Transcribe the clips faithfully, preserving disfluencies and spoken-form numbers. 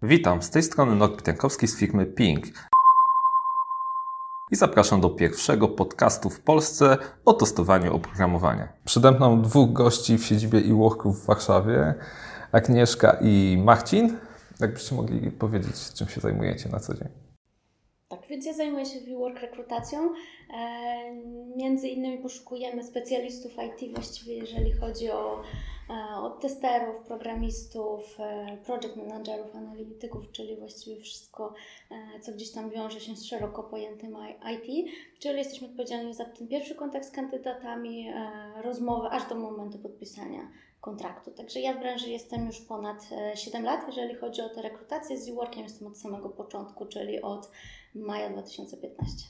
Witam, z tej strony Norbert Jankowski z firmy Ping i zapraszam do pierwszego podcastu w Polsce o testowaniu oprogramowania. Przede mną dwóch gości w siedzibie eWorków w Warszawie, Agnieszka i Marcin. Jakbyście mogli powiedzieć, czym się zajmujecie na co dzień? Tak, więc ja zajmuję się w eWork rekrutacją. E, między innymi poszukujemy specjalistów I T właściwie, jeżeli chodzi o, e, o testerów, programistów, e, project managerów, analityków, czyli właściwie wszystko, e, co gdzieś tam wiąże się z szeroko pojętym I T. Czyli jesteśmy odpowiedzialni za ten pierwszy kontakt z kandydatami, e, rozmowę aż do momentu podpisania kontraktu. Także ja w branży jestem już ponad siedem lat, jeżeli chodzi o tę rekrutację. Z eWorkiem jestem od samego początku, czyli od maja dwa tysiące piętnastego.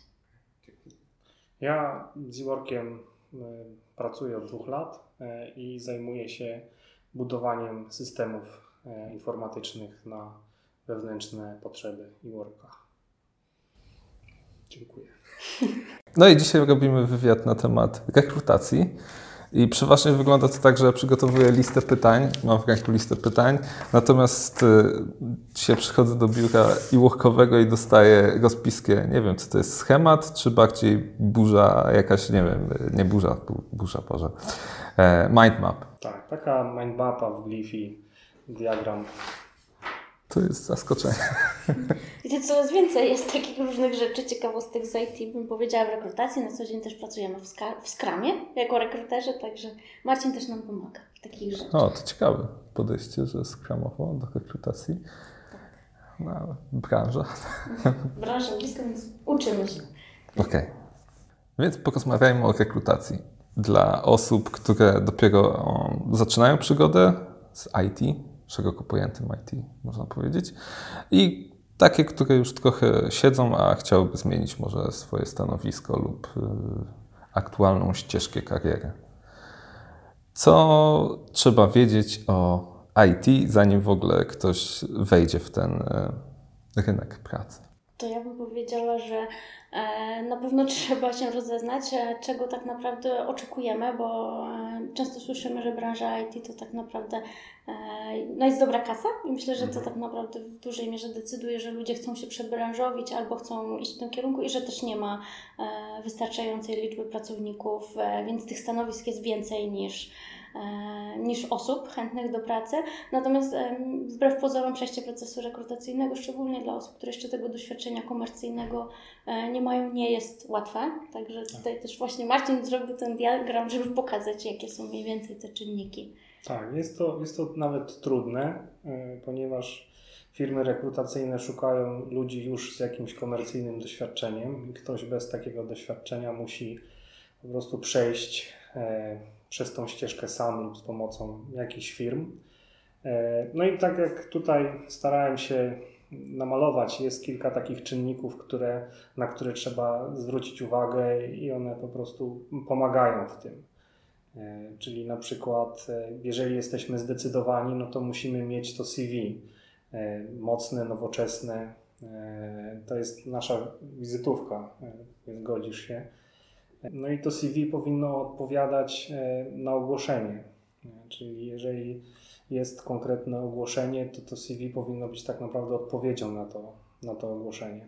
Ja z eWorkiem pracuję od dwóch lat i zajmuję się budowaniem systemów informatycznych na wewnętrzne potrzeby eWorka. Dziękuję. No i dzisiaj robimy wywiad na temat rekrutacji. I przeważnie wygląda to tak, że przygotowuję listę pytań, mam w ręku listę pytań, natomiast y, dzisiaj przychodzę do biura eWorkowego i dostaję rozpiskę, nie wiem, co to jest schemat, czy bardziej burza jakaś, nie wiem, nie burza, burza, Boże, e, mindmap. Tak, taka mindmapa w Glifi, diagram. To jest zaskoczenie. Wiecie, coraz więcej jest takich różnych rzeczy, ciekawostek z I T, bym powiedziała, w rekrutacji. Na co dzień też pracujemy w, skra- w Scrumie jako rekruterzy, także Marcin też nam pomaga w takich rzeczach. O, to ciekawe podejście, że Scrumowo do rekrutacji. No, ale branża. Branża blisko, więc uczymy się. Okej, okay. Więc porozmawiajmy o rekrutacji dla osób, które dopiero o, zaczynają przygodę z I T, szeroko pojętym I T, można powiedzieć, i takie, które już trochę siedzą, a chciałyby zmienić może swoje stanowisko lub y, aktualną ścieżkę kariery. Co trzeba wiedzieć o I T, zanim w ogóle ktoś wejdzie w ten y, rynek pracy? To ja bym powiedziała, że e, na pewno trzeba się rozeznać, e, czego tak naprawdę oczekujemy, bo e, często słyszymy, że branża I T to tak naprawdę e, no jest dobra kasa i myślę, że to tak naprawdę w dużej mierze decyduje, że ludzie chcą się przebranżowić albo chcą iść w tym kierunku i że też nie ma e, wystarczającej liczby pracowników, e, więc tych stanowisk jest więcej niż niż osób chętnych do pracy. Natomiast wbrew pozorom przejście procesu rekrutacyjnego, szczególnie dla osób, które jeszcze tego doświadczenia komercyjnego nie mają, nie jest łatwe. Także tutaj też właśnie Marcin zrobił ten diagram, żeby pokazać, jakie są mniej więcej te czynniki. Tak, jest to, jest to nawet trudne, ponieważ firmy rekrutacyjne szukają ludzi już z jakimś komercyjnym doświadczeniem i ktoś bez takiego doświadczenia musi po prostu przejść przez tą ścieżkę sam lub z pomocą jakichś firm. No i tak jak tutaj starałem się namalować, jest kilka takich czynników, które, na które trzeba zwrócić uwagę i one po prostu pomagają w tym. Czyli na przykład, jeżeli jesteśmy zdecydowani, no to musimy mieć to C V mocne, nowoczesne. To jest nasza wizytówka, nie zgodzisz się. No i to C V powinno odpowiadać na ogłoszenie, czyli jeżeli jest konkretne ogłoszenie, to to C V powinno być tak naprawdę odpowiedzią na to, na to ogłoszenie.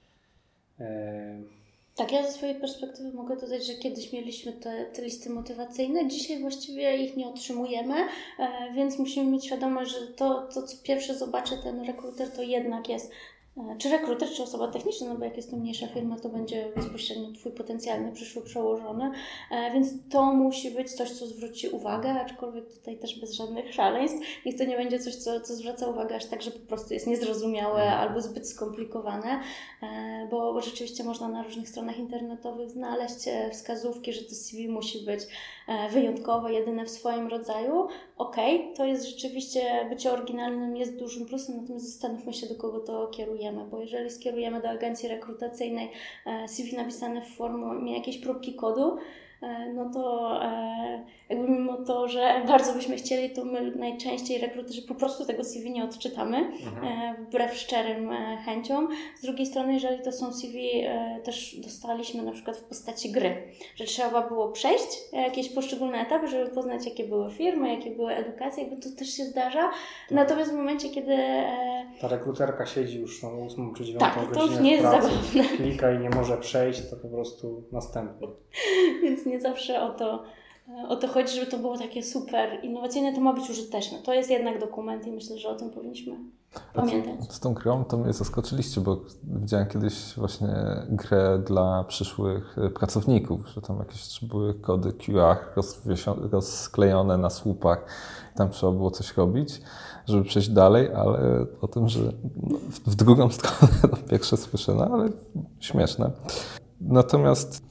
Tak, ja ze swojej perspektywy mogę dodać, że kiedyś mieliśmy te, te listy motywacyjne, dzisiaj właściwie ich nie otrzymujemy, więc musimy mieć świadomość, że to, to co pierwsze zobaczy ten rekruter, to jednak jest czy rekruter, czy osoba techniczna, no bo jak jest to mniejsza firma, to będzie bezpośrednio Twój potencjalny przyszły przełożony, więc to musi być coś, co zwróci uwagę, aczkolwiek tutaj też bez żadnych szaleństw. Niech to nie będzie coś, co, co zwraca uwagę aż tak, że po prostu jest niezrozumiałe albo zbyt skomplikowane, bo, bo rzeczywiście można na różnych stronach internetowych znaleźć wskazówki, że to C V musi być wyjątkowe, jedyne w swoim rodzaju. Okej, okay, to jest rzeczywiście, bycie oryginalnym jest dużym plusem, natomiast zastanówmy się, do kogo to kierujemy, bo jeżeli skierujemy do agencji rekrutacyjnej C V napisane w formie jakiejś próbki kodu, no to jakby mimo to, że bardzo byśmy chcieli, to my najczęściej rekruterzy po prostu tego C V nie odczytamy, mhm. wbrew szczerym chęciom. Z drugiej strony, jeżeli to są C V też dostaliśmy na przykład w postaci gry, że trzeba było przejść jakieś poszczególne etapy, żeby poznać, jakie były firmy, jakie były edukacje, jakby to też się zdarza. Tak. Natomiast w momencie, kiedy... Ta rekruterka siedzi już na ósmą czy dziewiątą tak, godzinę to już nie jest pracy, zabawne. klika i nie może przejść, to po prostu następny. Więc nie zawsze o to, o to chodzi, żeby to było takie super innowacyjne, to ma być użyteczne. To jest jednak dokument i myślę, że o tym powinniśmy pamiętać. Z tą grą to mnie zaskoczyliście, bo widziałem kiedyś właśnie grę dla przyszłych pracowników, że tam jakieś były kody Q R rozklejone na słupach i tam trzeba było coś robić, żeby przejść dalej, ale o tym, że w drugą stronę to pierwsze słyszę, no ale śmieszne. Natomiast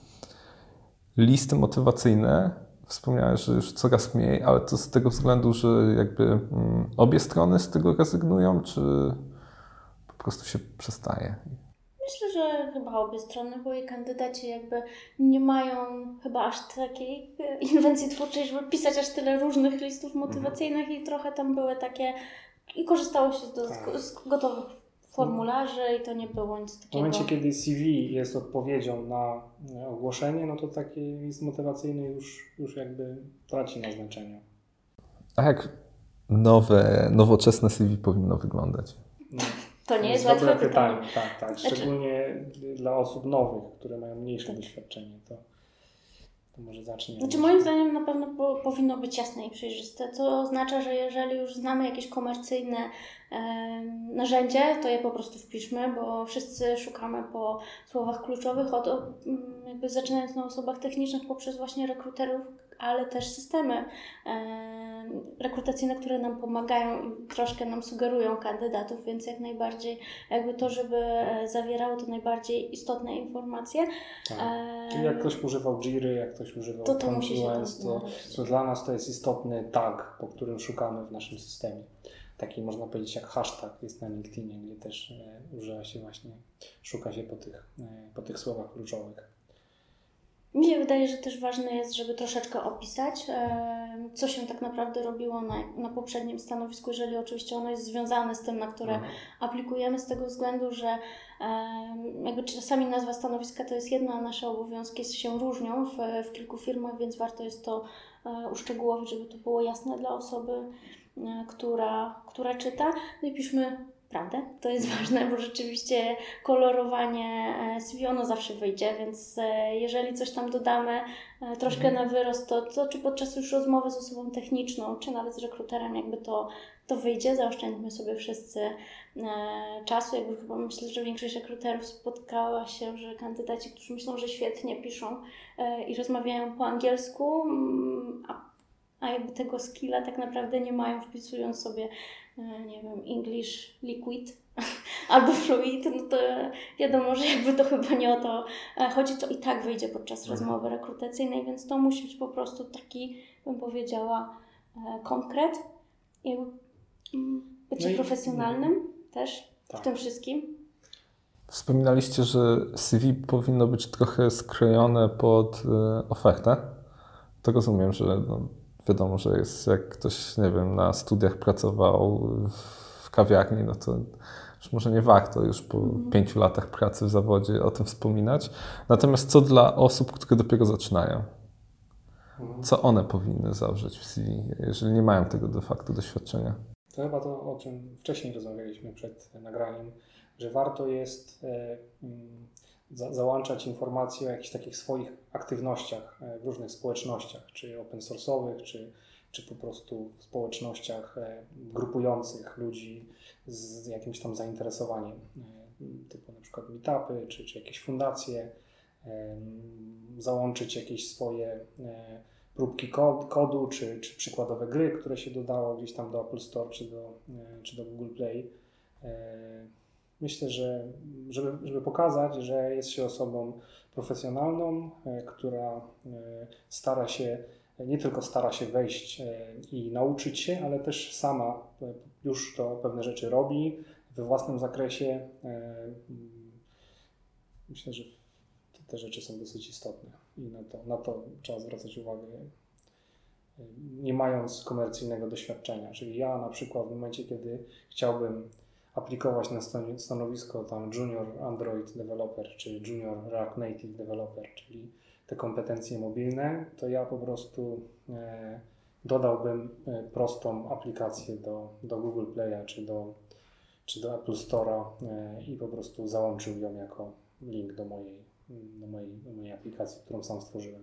listy motywacyjne, wspomniałeś, że już coraz mniej, ale to z tego względu, że jakby mm, obie strony z tego rezygnują, czy po prostu się przestaje? Myślę, że chyba obie strony, bo i kandydaci jakby nie mają chyba aż takiej inwencji twórczej, żeby pisać aż tyle różnych listów motywacyjnych mhm. i trochę tam były takie i korzystało się z, do, z gotowych formularzy i to nie było nic takiego. W momencie, kiedy C V jest odpowiedzią na ogłoszenie, no to taki list motywacyjny już, już jakby traci na znaczeniu. A jak nowe, nowoczesne C V powinno wyglądać? No, to nie jest, jest łatwe pytanie. pytanie. Tak, tak. Szczególnie znaczy... dla osób nowych, które mają mniejsze tak. doświadczenie. To, to może zacznie... Znaczy moim zdaniem na pewno po, powinno być jasne i przejrzyste, co oznacza, że jeżeli już znamy jakieś komercyjne narzędzie, to je po prostu wpiszmy, bo wszyscy szukamy po słowach kluczowych, od, jakby zaczynając na osobach technicznych poprzez właśnie rekruterów, ale też systemy e, rekrutacyjne, które nam pomagają i troszkę nam sugerują kandydatów, więc jak najbardziej jakby to, żeby zawierało to najbardziej istotne informacje. Tak. E, Czyli jak ktoś używał Jiry, jak ktoś używał to, to, musi się to, to dla nas to jest istotny tag, po którym szukamy w naszym systemie. Taki można powiedzieć jak hashtag jest na LinkedInie, gdzie też e, używa się właśnie, szuka się po tych, e, po tych słowach kluczowych. Mi się wydaje, że też ważne jest, żeby troszeczkę opisać, e, co się tak naprawdę robiło na, na poprzednim stanowisku, jeżeli oczywiście ono jest związane z tym, na które mhm. aplikujemy, z tego względu, że e, jakby czasami nazwa stanowiska to jest jedno, a nasze obowiązki się różnią w, w kilku firmach, więc warto jest to e, uszczegółowić, żeby to było jasne dla osoby, Która, która czyta. No i piszmy prawdę, to jest ważne, bo rzeczywiście kolorowanie C V ono zawsze wyjdzie, więc jeżeli coś tam dodamy troszkę mhm. na wyrost, to, to czy podczas już rozmowy z osobą techniczną, czy nawet z rekruterem jakby to, to wyjdzie, zaoszczędźmy sobie wszyscy e, czasu. Jakby chyba myślę, że większość rekruterów spotkała się, że kandydaci, którzy myślą, że świetnie piszą e, i rozmawiają po angielsku, a a jakby tego skilla tak naprawdę nie mają, wpisując sobie, nie wiem, English Liquid albo Fluid, no to wiadomo, że jakby to chyba nie o to chodzi, to i tak wyjdzie podczas mhm. rozmowy rekrutacyjnej, więc to musi być po prostu taki, bym powiedziała, konkret i bycie no i... profesjonalnym mhm. też tak. w tym wszystkim. Wspominaliście, że C V powinno być trochę skrojone pod ofertę. To rozumiem, że no, wiadomo, że jest, jak ktoś, nie wiem, na studiach pracował w kawiarni, no to już może nie warto już po mm. pięciu latach pracy w zawodzie o tym wspominać. Natomiast co dla osób, które dopiero zaczynają? Mm. Co one powinny zawrzeć w C V, jeżeli nie mają tego de facto doświadczenia? To chyba to, o czym wcześniej rozmawialiśmy przed nagraniem, że warto jest e, mm, za, załączać informacje o jakichś takich swoich aktywnościach w różnych społecznościach, czy open source'owych, czy, czy po prostu w społecznościach grupujących ludzi z jakimś tam zainteresowaniem, typu na przykład meetupy, czy, czy jakieś fundacje, załączyć jakieś swoje próbki kod, kodu, czy, czy przykładowe gry, które się dodało gdzieś tam do Apple Store, czy do, czy do Google Play. Myślę, że żeby, żeby pokazać, że jest się osobą profesjonalną, która stara się, nie tylko stara się wejść i nauczyć się, ale też sama już to pewne rzeczy robi we własnym zakresie. Myślę, że te rzeczy są dosyć istotne i na to, na to trzeba zwracać uwagę, nie mając komercyjnego doświadczenia. Czyli ja na przykład w momencie, kiedy chciałbym aplikować na stanowisko tam Junior Android Developer czy Junior React Native Developer, czyli te kompetencje mobilne, to ja po prostu e, dodałbym e, prostą aplikację do, do Google Play'a czy do, czy do Apple Store'a e, i po prostu załączył ją jako link do mojej, do mojej, do mojej aplikacji, którą sam stworzyłem.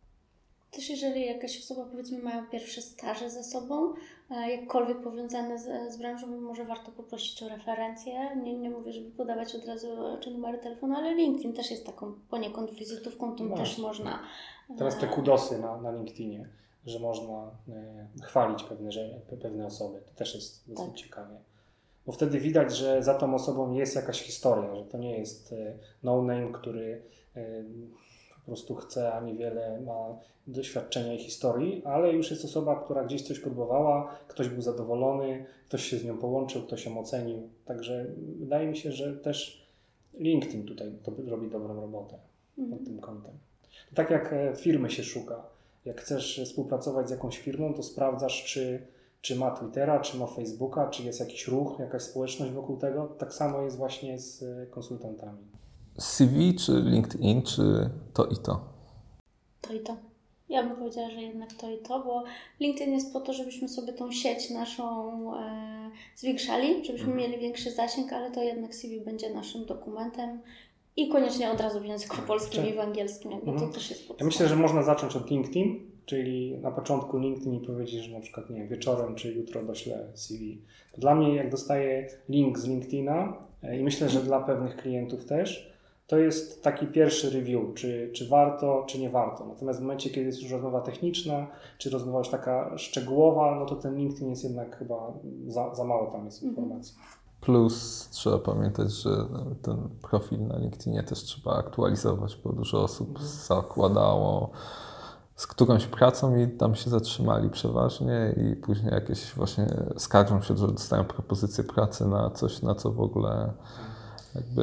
Też jeżeli jakaś osoba, powiedzmy, mają pierwsze staże ze sobą, jakkolwiek powiązane z, z branżą, może warto poprosić o referencje. Nie, nie mówię, żeby podawać od razu czy numery telefonu, ale LinkedIn też jest taką poniekąd wizytówką, tą no. też można... Teraz te kudosy na, na LinkedInie, że można e, chwalić pewne, że, pewne osoby, to też jest dosyć tak. ciekawie. Bo wtedy widać, że za tą osobą jest jakaś historia, że to nie jest e, no-name, który... E, po prostu chce, a niewiele ma doświadczenia i historii, ale już jest osoba, która gdzieś coś próbowała, ktoś był zadowolony, ktoś się z nią połączył, ktoś ją ocenił. Także wydaje mi się, że też LinkedIn tutaj to robi dobrą robotę mm. pod tym kątem. To tak jak firmy się szuka. Jak chcesz współpracować z jakąś firmą, to sprawdzasz, czy, czy ma Twittera, czy ma Facebooka, czy jest jakiś ruch, jakaś społeczność wokół tego. Tak samo jest właśnie z konsultantami. C V czy LinkedIn, czy to i to? To i to. Ja bym powiedziała, że jednak to i to, bo LinkedIn jest po to, żebyśmy sobie tą sieć naszą e, zwiększali, żebyśmy mm. mieli większy zasięg, ale to jednak C V będzie naszym dokumentem i koniecznie od razu w języku polskim Czy... i w angielskim, jakby mm. to też jest podstawa. Ja myślę, że można zacząć od LinkedIn, czyli na początku LinkedIn i powiedzieć, że na przykład nie wieczorem czy jutro doślę C V. Dla mnie jak dostaję link z LinkedIna e, i myślę, że dla pewnych klientów też, to jest taki pierwszy review, czy, czy warto, czy nie warto. Natomiast w momencie, kiedy jest już rozmowa techniczna, czy rozmowa już taka szczegółowa, no to ten LinkedIn jest jednak chyba za, za mało tam jest informacji. Plus trzeba pamiętać, że ten profil na LinkedInie też trzeba aktualizować, bo dużo osób zakładało z którąś pracą i tam się zatrzymali przeważnie i później jakieś właśnie skarżą się, że dostają propozycję pracy na coś, na co w ogóle jakby...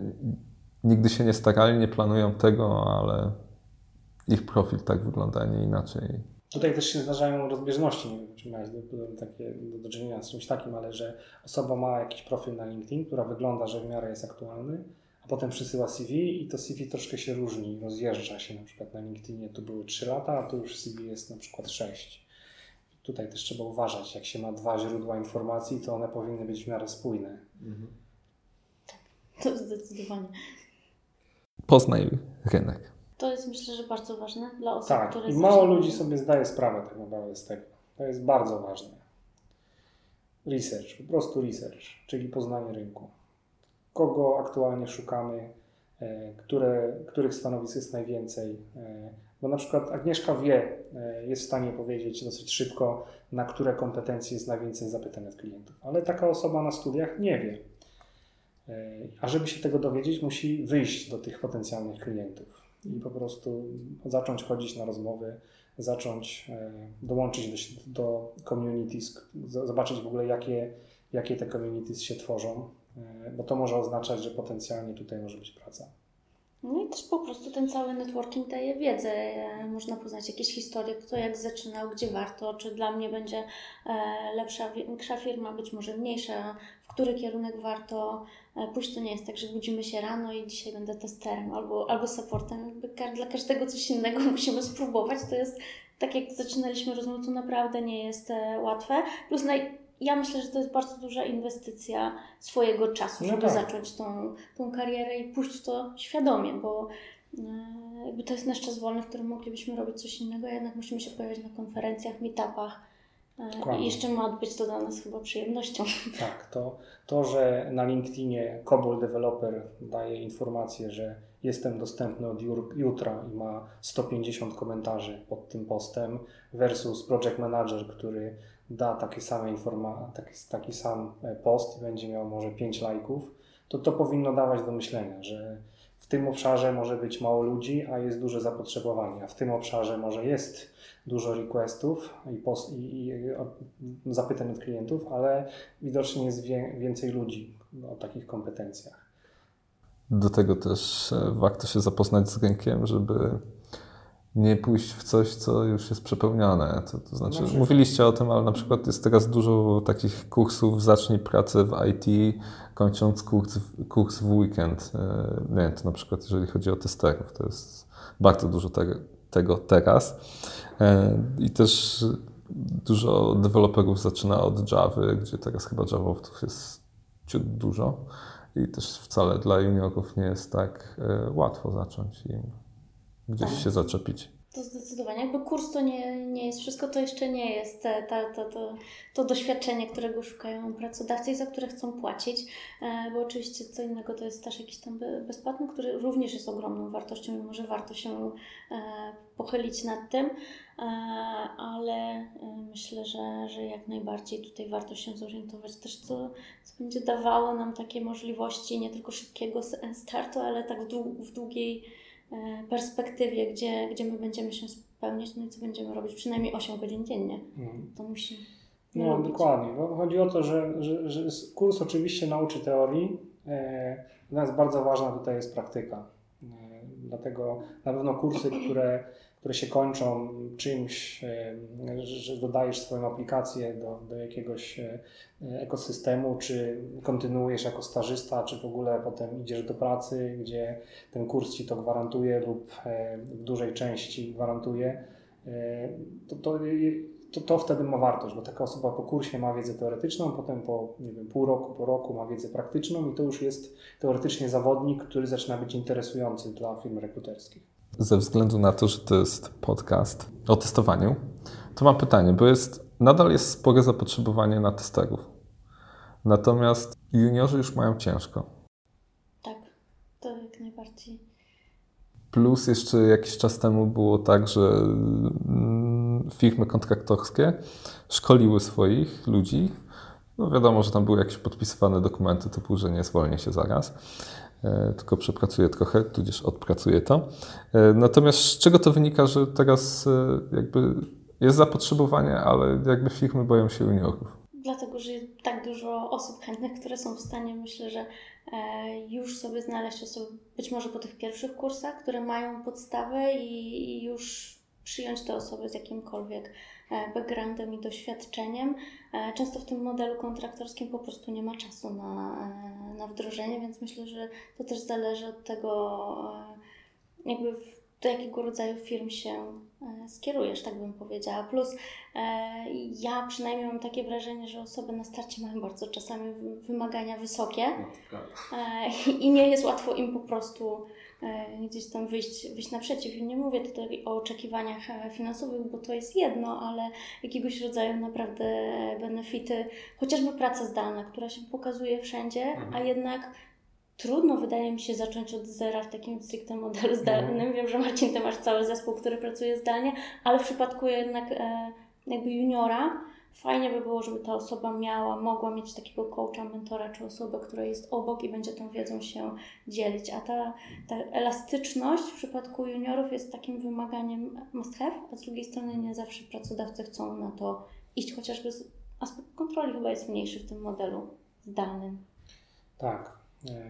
Nigdy się nie starali, nie planują tego, ale ich profil tak wygląda, a nie inaczej. Tutaj też się zdarzają rozbieżności, nie wiem, czy miałeś do, do, takie, do, do czynienia z czymś takim, ale że osoba ma jakiś profil na LinkedIn, która wygląda, że w miarę jest aktualny, a potem przysyła C V i to C V troszkę się różni, rozjeżdża się. Na przykład na LinkedInie tu były trzy lata, a tu już C V jest na przykład sześć. Tutaj też trzeba uważać, jak się ma dwa źródła informacji, to one powinny być w miarę spójne. Mhm. To zdecydowanie. Poznaj rynek. To jest, myślę, że bardzo ważne dla osób, tak, które... Tak, i mało ludzi sobie zdaje sprawę tak naprawdę z tego. To jest bardzo ważne. Research, po prostu research, czyli poznanie rynku. Kogo aktualnie szukamy, e, które, których stanowisk jest najwięcej. E, bo na przykład Agnieszka wie, e, jest w stanie powiedzieć dosyć szybko, na które kompetencje jest najwięcej zapytań od klientów. Ale taka osoba na studiach nie wie. A żeby się tego dowiedzieć, musi wyjść do tych potencjalnych klientów i po prostu zacząć chodzić na rozmowy, zacząć dołączyć do, do communities, zobaczyć w ogóle jakie, jakie te communities się tworzą, bo to może oznaczać, że potencjalnie tutaj może być praca. No i też po prostu ten cały networking daje wiedzę. Można poznać jakieś historie, kto jak zaczynał, gdzie warto, czy dla mnie będzie lepsza, większa firma, być może mniejsza, w który kierunek warto pójść. To nie jest tak, że budzimy się rano i dzisiaj będę testerem albo, albo supportem. Jakby dla każdego coś innego musimy spróbować. To jest, tak jak zaczynaliśmy rozmowę, to naprawdę nie jest łatwe. Plus naj Ja myślę, że to jest bardzo duża inwestycja swojego czasu, żeby no tak. zacząć tą, tą karierę i pójść w to świadomie, bo e, jakby to jest nasz czas wolny, w którym moglibyśmy robić coś innego, a jednak musimy się pojawiać na konferencjach, meetupach e, i jeszcze ma być to dla nas chyba przyjemnością. Tak, to, to, że na LinkedInie Cobol Developer daje informację, że jestem dostępny od jutra i ma sto pięćdziesiąt komentarzy pod tym postem versus Project Manager, który da takie same informa- taki, taki sam post i będzie miał może pięć lajków, to to powinno dawać do myślenia, że w tym obszarze może być mało ludzi, a jest duże zapotrzebowanie, a w tym obszarze może jest dużo requestów i, post- i, i zapytań od klientów, ale widocznie jest wie- więcej ludzi o takich kompetencjach. Do tego też warto się zapoznać z rynkiem, żeby nie pójść w coś, co już jest przepełnione. To, to znaczy, no, mówiliście o tym, ale na przykład jest teraz dużo takich kursów, zacznij pracę w I T, kończąc kurs, kurs w weekend. Nie, to na przykład jeżeli chodzi o testerów, to jest bardzo dużo tego, tego teraz. I też dużo deweloperów zaczyna od Javy, gdzie teraz chyba Javowców jest ciut dużo i też wcale dla juniorów nie jest tak łatwo zacząć i gdzieś tak się zaczepić. To zdecydowanie. Jakby kurs to nie, nie jest wszystko, to jeszcze nie jest ta, ta, to, to doświadczenie, którego szukają pracodawcy i za które chcą płacić, bo oczywiście co innego to jest też jakiś tam bezpłatny, który również jest ogromną wartością i może warto się pochylić nad tym, ale myślę, że, że jak najbardziej tutaj warto się zorientować też, co, co będzie dawało nam takie możliwości nie tylko szybkiego startu, ale tak w, dłu- w długiej perspektywie, gdzie, gdzie my będziemy się spełniać, no i co będziemy robić, przynajmniej osiem godzin dziennie. Mm. To musi No robić. Dokładnie. Bo chodzi o to, że, że, że kurs oczywiście nauczy teorii, e, natomiast bardzo ważna tutaj jest praktyka. E, dlatego na pewno kursy, które, które się kończą czymś, e, że dodajesz swoją aplikację do, do jakiegoś e, ekosystemu, czy kontynuujesz jako stażysta, czy w ogóle potem idziesz do pracy, gdzie ten kurs Ci to gwarantuje lub e, w dużej części gwarantuje, e, to, to To, to wtedy ma wartość, bo taka osoba po kursie ma wiedzę teoretyczną, potem po nie wiem, pół roku, po roku ma wiedzę praktyczną i to już jest teoretycznie zawodnik, który zaczyna być interesujący dla firm rekruterskich. Ze względu na to, że to jest podcast o testowaniu, to mam pytanie, bo jest, nadal jest spore zapotrzebowanie na testerów. Natomiast juniorzy już mają ciężko. Tak, to jak najbardziej. Plus jeszcze jakiś czas temu było tak, że firmy kontraktorskie szkoliły swoich ludzi. No wiadomo, że tam były jakieś podpisywane dokumenty typu, że nie zwolnię się zaraz, tylko przepracuję trochę, tudzież odpracuję to. Natomiast z czego to wynika, że teraz jakby jest zapotrzebowanie, ale jakby firmy boją się juniorów? Dlatego, że jest tak dużo osób chętnych, które są w stanie, myślę, że już sobie znaleźć osoby, być może po tych pierwszych kursach, które mają podstawę i już przyjąć te osoby z jakimkolwiek backgroundem i doświadczeniem. Często w tym modelu kontraktorskim po prostu nie ma czasu na, na wdrożenie, więc myślę, że to też zależy od tego, jakby w do jakiego rodzaju firm się skierujesz, tak bym powiedziała. Plus ja przynajmniej mam takie wrażenie, że osoby na starcie mają bardzo czasami wymagania wysokie i nie jest łatwo im po prostu gdzieś tam wyjść, wyjść naprzeciw. I nie mówię tutaj o oczekiwaniach finansowych, bo to jest jedno, ale jakiegoś rodzaju naprawdę benefity, chociażby praca zdalna, która się pokazuje wszędzie, mhm. a jednak trudno, wydaje mi się, zacząć od zera w takim stricte modelu zdalnym. Wiem, że Marcin, ty masz cały zespół, który pracuje zdalnie, ale w przypadku jednak e, jakby juniora fajnie by było, żeby ta osoba miała, mogła mieć takiego coacha, mentora, czy osobę, która jest obok i będzie tą wiedzą się dzielić. A ta, ta elastyczność w przypadku juniorów jest takim wymaganiem must have, a z drugiej strony nie zawsze pracodawcy chcą na to iść, chociażby aspekt kontroli chyba jest mniejszy w tym modelu zdalnym. Tak.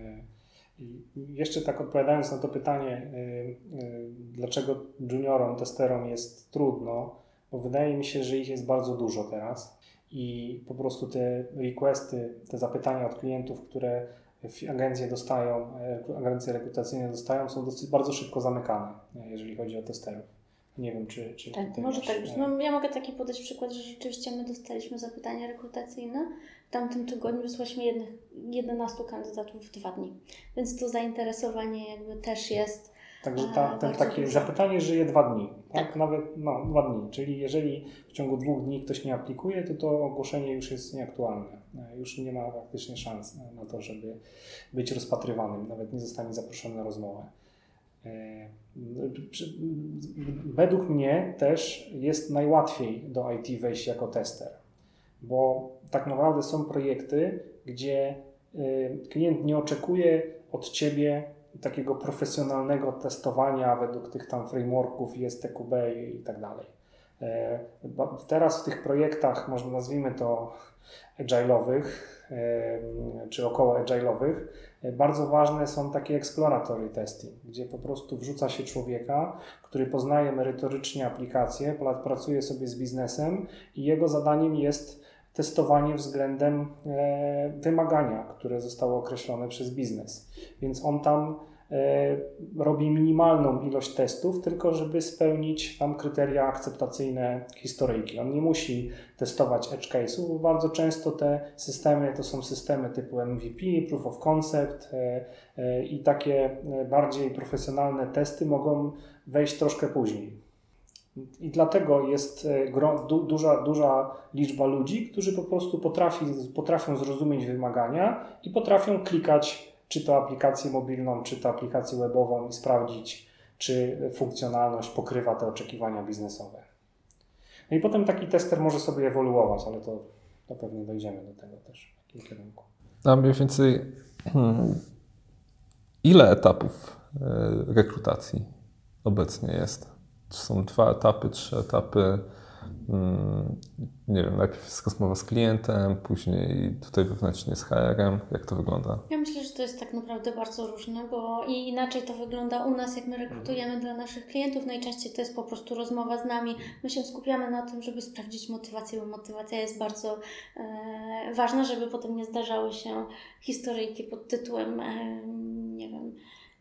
I jeszcze tak odpowiadając na to pytanie, dlaczego juniorom, testerom jest trudno, bo wydaje mi się, że ich jest bardzo dużo teraz i po prostu te requesty, te zapytania od klientów, które agencje dostają, agencje rekrutacyjne dostają, są dosyć bardzo szybko zamykane, jeżeli chodzi o testerów. Nie wiem, czy... czy tak, może masz, tak być. No, ja mogę taki podać przykład, że rzeczywiście my dostaliśmy zapytania rekrutacyjne. W tamtym tygodniu wysłaliśmy jednych, jedenastu kandydatów w dwa dni. Więc to zainteresowanie jakby też jest. Także ta, ten, takie dużo. Zapytanie żyje dwa dni. Tak? tak? Nawet no, dwa dni. Czyli jeżeli w ciągu dwóch dni ktoś nie aplikuje, to to ogłoszenie już jest nieaktualne. Już nie ma praktycznie szans na to, żeby być rozpatrywanym. Nawet nie zostanie zaproszony na rozmowę. Według mnie też jest najłatwiej do I T wejść jako tester, bo tak naprawdę są projekty, gdzie klient nie oczekuje od Ciebie takiego profesjonalnego testowania według tych tam frameworków I S T Q B i tak dalej. Teraz w tych projektach, może nazwijmy to agile'owych, czy około agile'owych, bardzo ważne są takie exploratory testy, gdzie po prostu wrzuca się człowieka, który poznaje merytorycznie aplikację, pracuje sobie z biznesem i jego zadaniem jest testowanie względem wymagania, które zostało określone przez biznes. Więc on tam robi minimalną ilość testów, tylko żeby spełnić tam kryteria akceptacyjne historyjki. On nie musi testować edge case'ów, bo bardzo często te systemy to są systemy typu M V P, Proof of Concept i takie bardziej profesjonalne testy mogą wejść troszkę później. I dlatego jest du- duża, duża liczba ludzi, którzy po prostu potrafi, potrafią zrozumieć wymagania i potrafią klikać czy to aplikację mobilną, czy to aplikację webową i sprawdzić, czy funkcjonalność pokrywa te oczekiwania biznesowe. No i potem taki tester może sobie ewoluować, ale to, to pewnie dojdziemy do tego też w jakim kierunku. A mniej więcej hmm, ile etapów y, rekrutacji obecnie jest? Czy są dwa etapy, trzy etapy? Hmm, nie wiem, najpierw jest rozmowa z klientem, później tutaj wewnętrznie z H R-em. Jak to wygląda? Ja myślę, że to jest tak naprawdę bardzo różne, bo i inaczej to wygląda u nas, jak my rekrutujemy mhm. dla naszych klientów. Najczęściej to jest po prostu rozmowa z nami. My się skupiamy na tym, żeby sprawdzić motywację, bo motywacja jest bardzo e, ważna, żeby potem nie zdarzały się historyjki pod tytułem e, nie wiem,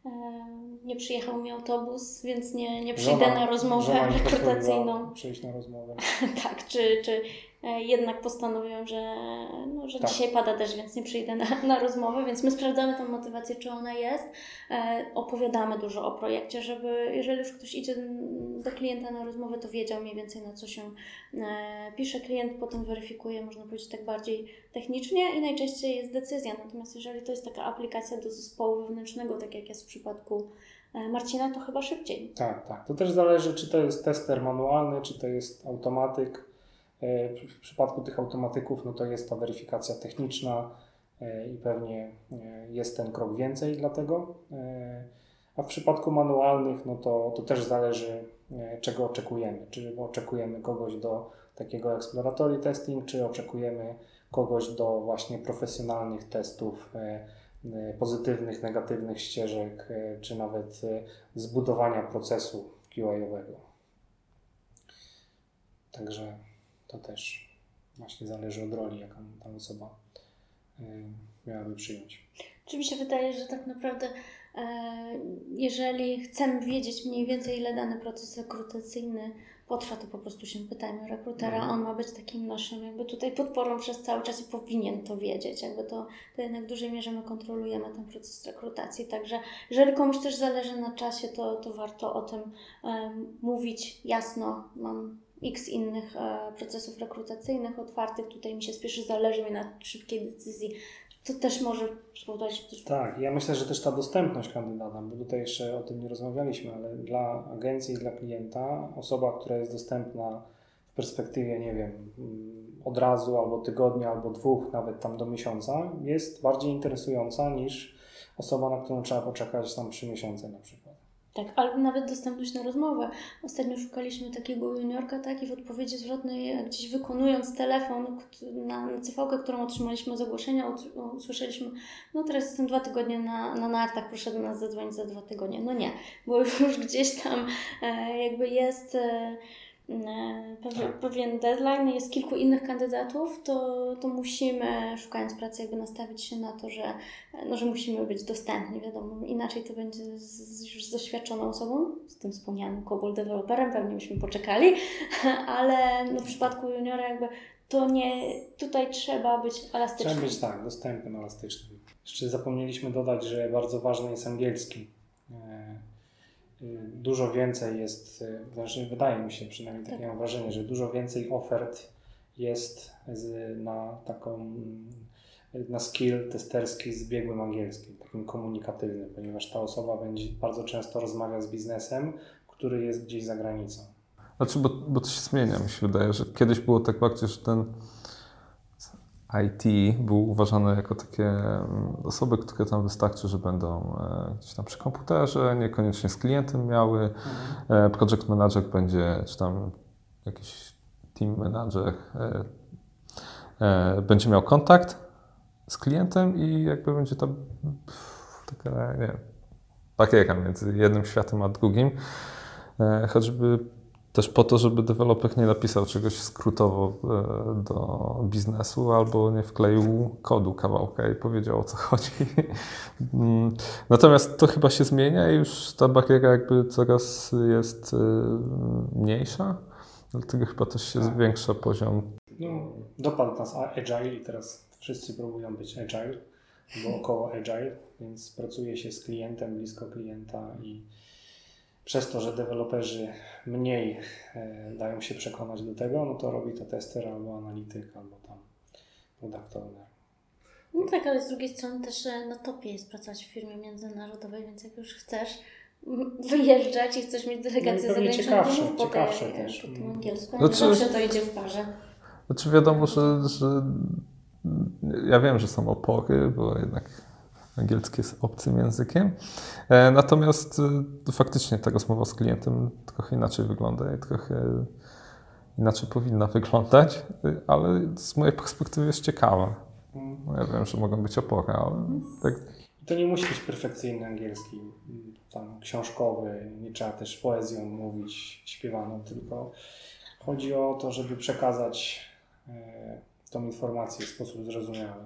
nie przyjechał mi autobus, więc nie, nie przyjdę żona, na rozmowę żona rekrutacyjną. Przyjść na rozmowę. Tak, czy, czy jednak postanowiłem, że, no, że tak. dzisiaj pada deszcz, więc nie przyjdę na, na rozmowę, więc my sprawdzamy tę motywację, czy ona jest. E, opowiadamy dużo o projekcie, żeby jeżeli już ktoś idzie do klienta na rozmowę, to wiedział mniej więcej, na co się e, pisze. Klient potem weryfikuje, można powiedzieć tak bardziej technicznie i najczęściej jest decyzja. Natomiast jeżeli to jest taka aplikacja do zespołu wewnętrznego, tak jak jest w przypadku Marcina, to chyba szybciej. Tak, tak. To też zależy, czy to jest tester manualny, czy to jest automatyk. W przypadku tych automatyków, no to jest ta weryfikacja techniczna i pewnie jest ten krok więcej dlatego. A w przypadku manualnych, no to, to też zależy, czego oczekujemy. Czy oczekujemy kogoś do takiego exploratory testing, czy oczekujemy kogoś do właśnie profesjonalnych testów, pozytywnych, negatywnych ścieżek, czy nawet zbudowania procesu Q A-owego. Także to też właśnie zależy od roli, jaką ta osoba miałaby przyjąć. Czy mi się wydaje, że tak naprawdę jeżeli chcemy wiedzieć mniej więcej, ile dany proces rekrutacyjny potrwa, to po prostu się pytajmy rekrutera. Mhm. On ma być takim naszym jakby tutaj podporą przez cały czas i powinien to wiedzieć. Jakby to, to jednak w dużej mierze my kontrolujemy ten proces rekrutacji. Także jeżeli komuś też zależy na czasie, to, to warto o tym um, mówić jasno. Mam x innych e, procesów rekrutacyjnych otwartych. Tutaj mi się spieszy, zależy mi na szybkiej decyzji. To też może spowodować... Tak, ja myślę, że też ta dostępność kandydata, bo tutaj jeszcze o tym nie rozmawialiśmy, ale dla agencji i dla klienta osoba, która jest dostępna w perspektywie, nie wiem, od razu, albo tygodnia, albo dwóch, nawet tam do miesiąca, jest bardziej interesująca niż osoba, na którą trzeba poczekać tam trzy miesiące na przykład. Tak, albo nawet dostępność na rozmowę. Ostatnio szukaliśmy takiego juniorka, tak, i w odpowiedzi zwrotnej, gdzieś wykonując telefon na C V K, którą otrzymaliśmy z ogłoszenia, usłyszeliśmy, no teraz jestem dwa tygodnie na, na nartach, proszę do nas zadzwonić za dwa tygodnie. No nie, bo już gdzieś tam e, jakby jest e, pewien, pewien deadline, jest kilku innych kandydatów, to, to musimy, szukając pracy, jakby nastawić się na to, że, no, że musimy być dostępni, wiadomo, inaczej to będzie z, już z doświadczoną osobą, z tym wspomnianym COBOL deweloperem, pewnie byśmy poczekali, ale no, w przypadku juniora jakby to nie, tutaj trzeba być elastycznym. Trzeba być tak, dostępnym, elastycznym. Jeszcze zapomnieliśmy dodać, że bardzo ważny jest angielski. Dużo więcej jest, znaczy wydaje mi się, przynajmniej takie tak. mam wrażenie, że dużo więcej ofert jest z, na taką, na skill testerski z biegłym angielskim, takim komunikatywnym, ponieważ ta osoba będzie bardzo często rozmawia z biznesem, który jest gdzieś za granicą. Znaczy, bo, bo to się zmienia, mi się wydaje, że kiedyś było tak bardziej, że ten I T był uważany jako takie osoby, które tam wystarczy, że będą gdzieś tam przy komputerze, niekoniecznie z klientem miały. Mhm. Project manager będzie, czy tam jakiś team manager będzie miał kontakt z klientem i jakby będzie to taka, nie wiem, bariera między jednym światem a drugim. Choćby też po to, żeby deweloper nie napisał czegoś skrótowo do biznesu albo nie wkleił kodu kawałka i powiedział, o co chodzi. Natomiast to chyba się zmienia i już ta bariera jakby coraz jest mniejsza, dlatego chyba też się tak. zwiększa poziom. No, dopadł nas Agile i teraz wszyscy próbują być Agile, bo około Agile, więc pracuje się z klientem, blisko klienta i przez to, że deweloperzy mniej e, dają się przekonać do tego, no to robi to tester albo analityk, albo tam product owner. No tak, ale z drugiej strony też na topie jest pracować w firmie międzynarodowej, więc jak już chcesz wyjeżdżać i chcesz mieć delegację no zagraniczną, ciekawsze, to mów po, ciekawsze te, też. po tym angielsku. Znaczy, Zawsze to idzie w parze. Znaczy wiadomo, że, że ja wiem, że są opory, bo jednak angielski jest obcym językiem. E, natomiast e, faktycznie ta rozmowa z klientem trochę inaczej wygląda i trochę inaczej powinna wyglądać, ale z mojej perspektywy jest ciekawa. No, ja wiem, że mogą być opory, ale tak. To nie musi być perfekcyjny angielski, tam książkowy, nie trzeba też poezją mówić, śpiewaną, tylko chodzi o to, żeby przekazać e, tą informację w sposób zrozumiały.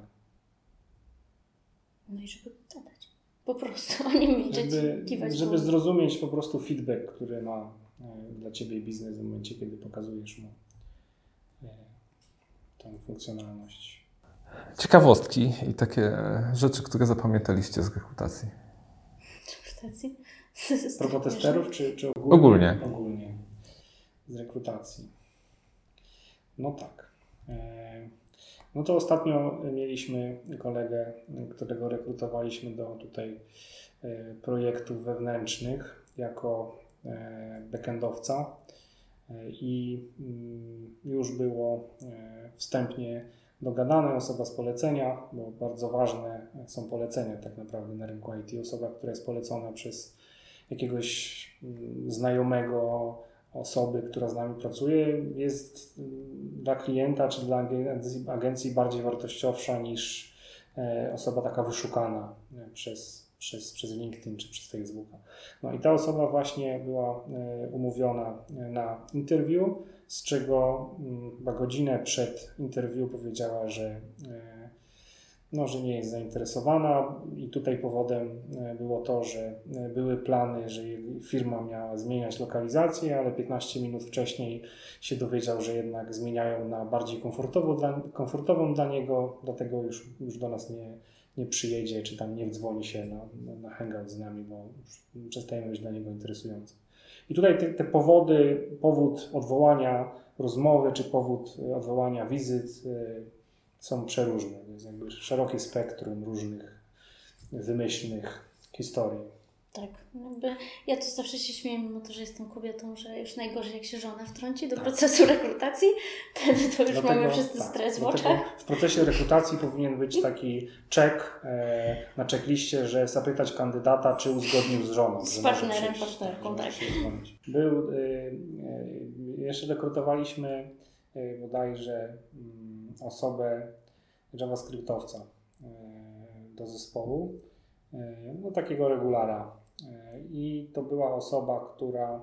No i żeby zadać. Po prostu, a nie milczeć Żeby, i kiwać żeby głową. zrozumieć po prostu feedback, który ma e, dla Ciebie biznes w momencie, kiedy pokazujesz mu e, tą funkcjonalność. Ciekawostki i takie rzeczy, które zapamiętaliście z rekrutacji. Rekrutacji? Propos testerów, czy, czy ogólnie? Ogólnie. Ogólnie. Z rekrutacji. No tak. E, no to ostatnio mieliśmy kolegę, którego rekrutowaliśmy do tutaj e, projektów wewnętrznych jako e, backendowca e, i mm, już było e, wstępnie dogadane, osoba z polecenia, bo bardzo ważne są polecenia tak naprawdę na rynku I T. Osoba, która jest polecona przez jakiegoś mm, znajomego osoby, która z nami pracuje, jest dla klienta czy dla agencji, agencji bardziej wartościowsza niż e, osoba taka wyszukana przez, przez, przez LinkedIn czy przez Facebooka. No i ta osoba właśnie była e, umówiona na interview, z czego m, chyba godzinę przed interview powiedziała, że e, no, że nie jest zainteresowana i tutaj powodem było to, że były plany, że firma miała zmieniać lokalizację, ale piętnaście minut wcześniej się dowiedział, że jednak zmieniają na bardziej komfortową dla, komfortową dla niego, dlatego już, już do nas nie, nie przyjedzie, czy tam nie wdzwoni się na, na hangout z nami, bo już przestajemy być dla niego interesujący. I tutaj te, te powody, powód odwołania rozmowy, czy powód odwołania wizyt są przeróżne. To jest jakby szerokie spektrum różnych wymyślnych historii. Tak, jakby ja to zawsze się śmieję, mimo to, że jestem kobietą, że już najgorzej jak się żona wtrąci do tak. procesu rekrutacji, wtedy to już dlatego, mamy wszyscy tak, stres w oczach. W procesie rekrutacji powinien być taki check e, na checkliście, że zapytać kandydata, czy uzgodnił z żoną. Z partnerem, partnerką, tak. Był, e, e, jeszcze rekrutowaliśmy e, bodajże m, osobę JavaScriptowca e, do zespołu, e, no takiego regulara. I to była osoba, która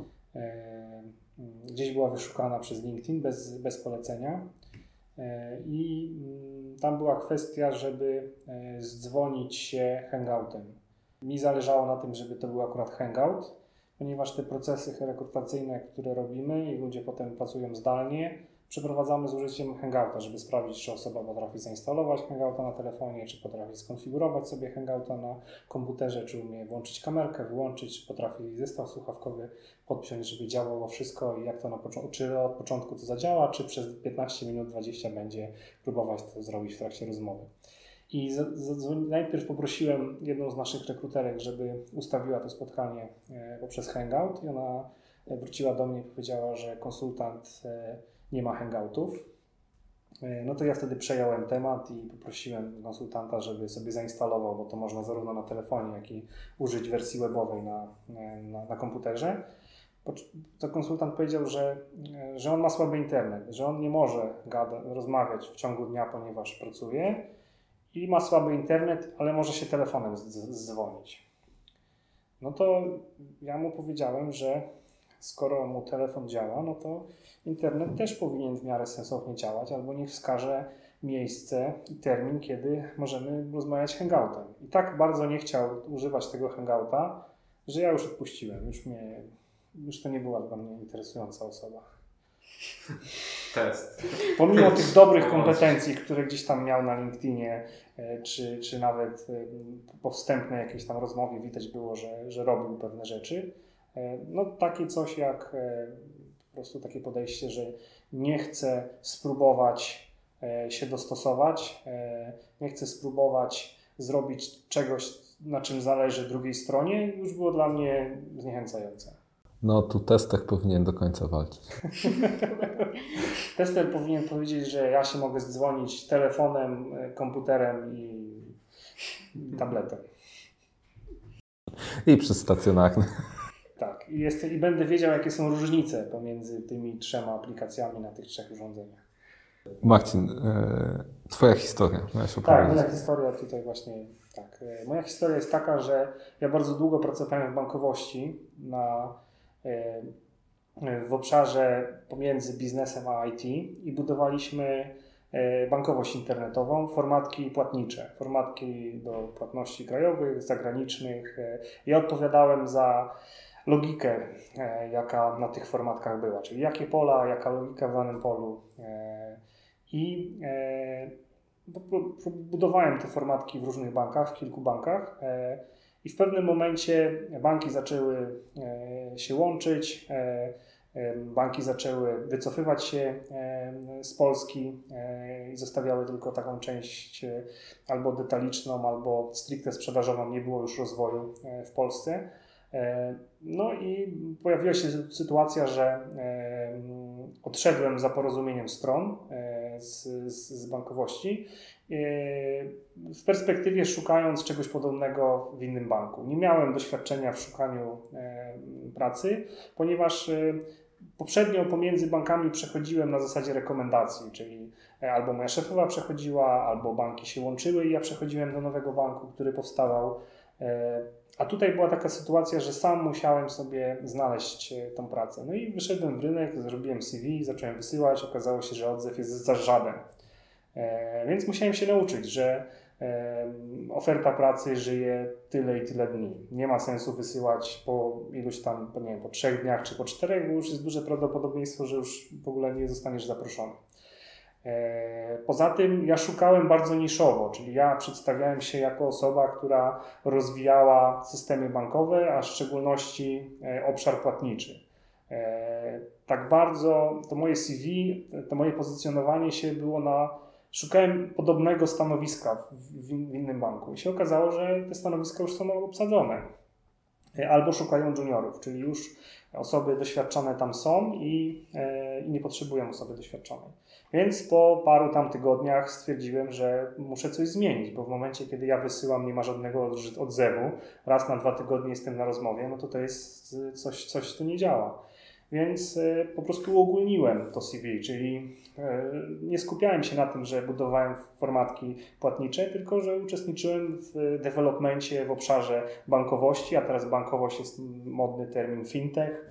e, gdzieś była wyszukana przez LinkedIn bez, bez polecenia e, i m, tam była kwestia, żeby e, zdzwonić się hangoutem. Mi zależało na tym, żeby to był akurat hangout, ponieważ te procesy rekrutacyjne, które robimy i ludzie potem pracują zdalnie, przeprowadzamy z użyciem hangouta, żeby sprawdzić, czy osoba potrafi zainstalować hangouta na telefonie, czy potrafi skonfigurować sobie hangouta na komputerze, czy umie włączyć kamerkę, wyłączyć, czy potrafi zestaw słuchawkowy podpiąć, żeby działało wszystko i jak to na początku, czy od początku to zadziała, czy przez piętnaście minut, dwadzieścia będzie próbować to zrobić w trakcie rozmowy. I z, z, najpierw poprosiłem jedną z naszych rekruterek, żeby ustawiła to spotkanie e, poprzez hangout i ona wróciła do mnie i powiedziała, że konsultant e, nie ma hangoutów. No to ja wtedy przejąłem temat i poprosiłem konsultanta, żeby sobie zainstalował, bo to można zarówno na telefonie, jak i użyć wersji webowej na, na, na komputerze. To konsultant powiedział, że, że on ma słaby internet, że on nie może gada, rozmawiać w ciągu dnia, ponieważ pracuje i ma słaby internet, ale może się telefonem dzwonić. No to ja mu powiedziałem, że skoro mu telefon działa, no to internet też powinien w miarę sensownie działać, albo niech wskaże miejsce i termin, kiedy możemy rozmawiać hangoutem. I tak bardzo nie chciał używać tego hangouta, że ja już odpuściłem. Już, mnie, już to nie była dla mnie interesująca osoba. Test. Pomimo tych dobrych kompetencji, które gdzieś tam miał na LinkedInie, czy, czy nawet po wstępnej jakiejś tam rozmowie widać było, że, że robił pewne rzeczy, no takie coś jak po prostu takie podejście, że nie chce spróbować się dostosować, nie chce spróbować zrobić czegoś, na czym zależy drugiej stronie, już było dla mnie zniechęcające. No tu tester powinien do końca walczyć. Tester powinien powiedzieć, że ja się mogę zdzwonić telefonem, komputerem i tabletem. I przez stacjonarny. Tak. I, jest, i będę wiedział, jakie są różnice pomiędzy tymi trzema aplikacjami na tych trzech urządzeniach. Marcin, e, twoja historia. Tak, moja historia tutaj właśnie tak. Moja historia jest taka, że ja bardzo długo pracowałem w bankowości na, w obszarze pomiędzy biznesem a I T i budowaliśmy bankowość internetową, formatki płatnicze, formatki do płatności krajowych, zagranicznych. Ja odpowiadałem za logikę, jaka na tych formatkach była, czyli jakie pola, jaka logika w danym polu. I budowałem te formatki w różnych bankach, w kilku bankach i w pewnym momencie banki zaczęły się łączyć, banki zaczęły wycofywać się z Polski i zostawiały tylko taką część albo detaliczną, albo stricte sprzedażową, nie było już rozwoju w Polsce. No i pojawiła się sytuacja, że odszedłem za porozumieniem stron z, z bankowości, w perspektywie szukając czegoś podobnego w innym banku. Nie miałem doświadczenia w szukaniu pracy, ponieważ poprzednio pomiędzy bankami przechodziłem na zasadzie rekomendacji, czyli albo moja szefowa przechodziła, albo banki się łączyły i ja przechodziłem do nowego banku, który powstawał. A tutaj była taka sytuacja, że sam musiałem sobie znaleźć tą pracę. No i wyszedłem w rynek, zrobiłem C V, zacząłem wysyłać, okazało się, że odzew jest za żaden. E, więc musiałem się nauczyć, że e, oferta pracy żyje tyle i tyle dni. Nie ma sensu wysyłać po iluś tam, nie wiem, po trzech dniach czy po czterech, bo już jest duże prawdopodobieństwo, że już w ogóle nie zostaniesz zaproszony. Poza tym ja szukałem bardzo niszowo, czyli ja przedstawiałem się jako osoba, która rozwijała systemy bankowe, a w szczególności obszar płatniczy. Tak bardzo to moje C V, to moje pozycjonowanie się było na... Szukałem podobnego stanowiska w innym banku i się okazało, że te stanowiska już są obsadzone. Albo szukają juniorów, czyli już osoby doświadczone tam są i, i nie potrzebują osoby doświadczonej. Więc po paru tam tygodniach stwierdziłem, że muszę coś zmienić, bo w momencie, kiedy ja wysyłam, nie ma żadnego odzewu, raz na dwa tygodnie jestem na rozmowie, no to to jest coś, coś co nie działa. Więc po prostu uogólniłem to C V, czyli nie skupiałem się na tym, że budowałem formatki płatnicze, tylko że uczestniczyłem w developmencie w obszarze bankowości, a teraz bankowość jest modny termin fintech,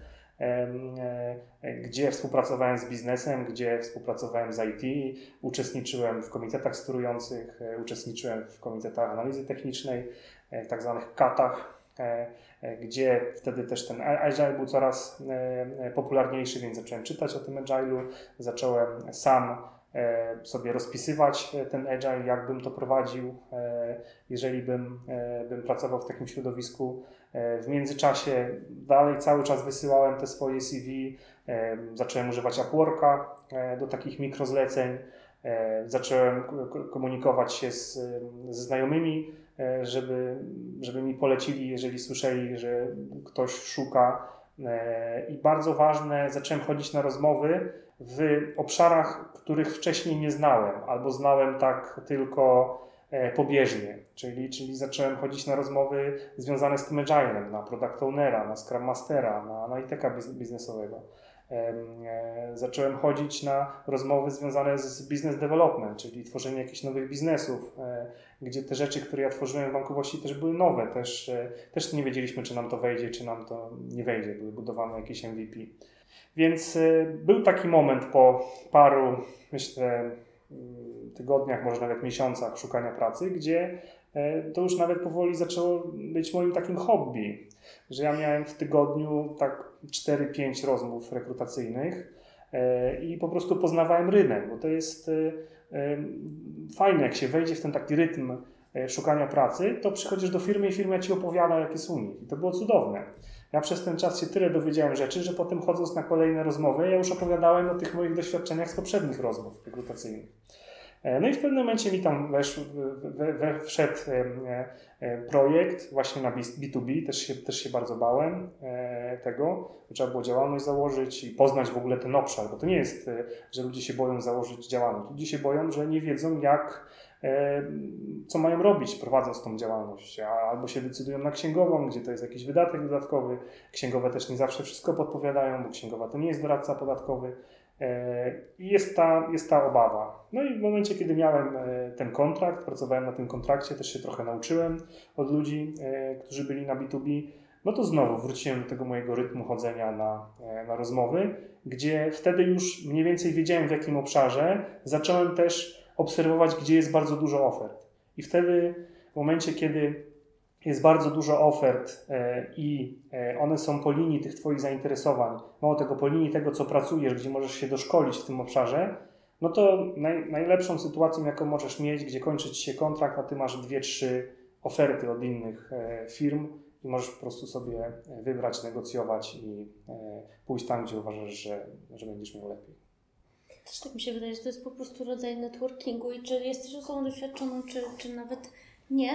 gdzie współpracowałem z biznesem, gdzie współpracowałem z I T, uczestniczyłem w komitetach sterujących, uczestniczyłem w komitetach analizy technicznej, w tak zwanych katach, gdzie wtedy też ten Agile był coraz popularniejszy, więc zacząłem czytać o tym Agile'u, zacząłem sam sobie rozpisywać ten Agile, jak bym to prowadził, jeżeli bym, bym pracował w takim środowisku. W międzyczasie dalej cały czas wysyłałem te swoje C V, zacząłem używać Upworka do takich mikrozleceń, zacząłem komunikować się z, ze znajomymi, żeby, żeby mi polecili, jeżeli słyszeli, że ktoś szuka. I bardzo ważne, zacząłem chodzić na rozmowy w obszarach, których wcześniej nie znałem, albo znałem tak tylko pobieżnie, czyli, czyli zacząłem chodzić na rozmowy związane z tym Agilem, na Product Ownera, na Scrum Mastera, na analityka biznesowego. Zacząłem chodzić na rozmowy związane z business development, czyli tworzenie jakichś nowych biznesów, gdzie te rzeczy, które ja tworzyłem w bankowości, też były nowe. Też, też nie wiedzieliśmy, czy nam to wejdzie, czy nam to nie wejdzie. Były budowane jakieś M V P. Więc był taki moment po paru, myślę, tygodniach, może nawet miesiącach szukania pracy, gdzie to już nawet powoli zaczęło być moim takim hobby, że ja miałem w tygodniu tak cztery pięć rozmów rekrutacyjnych i po prostu poznawałem rynek, bo to jest fajne, jak się wejdzie w ten taki rytm szukania pracy, to przychodzisz do firmy i firma ci opowiada, jakie są u nich. I to było cudowne. Ja przez ten czas się tyle dowiedziałem rzeczy, że potem chodząc na kolejne rozmowy, ja już opowiadałem o tych moich doświadczeniach z poprzednich rozmów rekrutacyjnych. No i w pewnym momencie mi tam wesz, we, we, wszedł projekt właśnie na B dwa B, też się, też się bardzo bałem tego, trzeba było działalność założyć i poznać w ogóle ten obszar, bo to nie jest, że ludzie się boją założyć działalność, ludzie się boją, że nie wiedzą jak, co mają robić prowadząc tą działalność, albo się decydują na księgową, gdzie to jest jakiś wydatek dodatkowy, księgowe też nie zawsze wszystko podpowiadają, bo księgowa to nie jest doradca podatkowy. I jest ta, jest ta obawa. No i w momencie, kiedy miałem ten kontrakt, pracowałem na tym kontrakcie, też się trochę nauczyłem od ludzi, którzy byli na B dwa B, no to znowu wróciłem do tego mojego rytmu chodzenia na, na rozmowy, gdzie wtedy już mniej więcej wiedziałem, w jakim obszarze. Zacząłem też obserwować, gdzie jest bardzo dużo ofert. I wtedy w momencie, kiedy jest bardzo dużo ofert i one są po linii tych Twoich zainteresowań, mało tego, po linii tego, co pracujesz, gdzie możesz się doszkolić w tym obszarze, no to naj, najlepszą sytuacją, jaką możesz mieć, gdzie kończy Ci się kontrakt, a Ty masz dwie, trzy oferty od innych firm i możesz po prostu sobie wybrać, negocjować i pójść tam, gdzie uważasz, że, że będziesz miał lepiej. Też tak mi się wydaje, że to jest po prostu rodzaj networkingu i czy jesteś osobą doświadczoną, czy, czy nawet nie,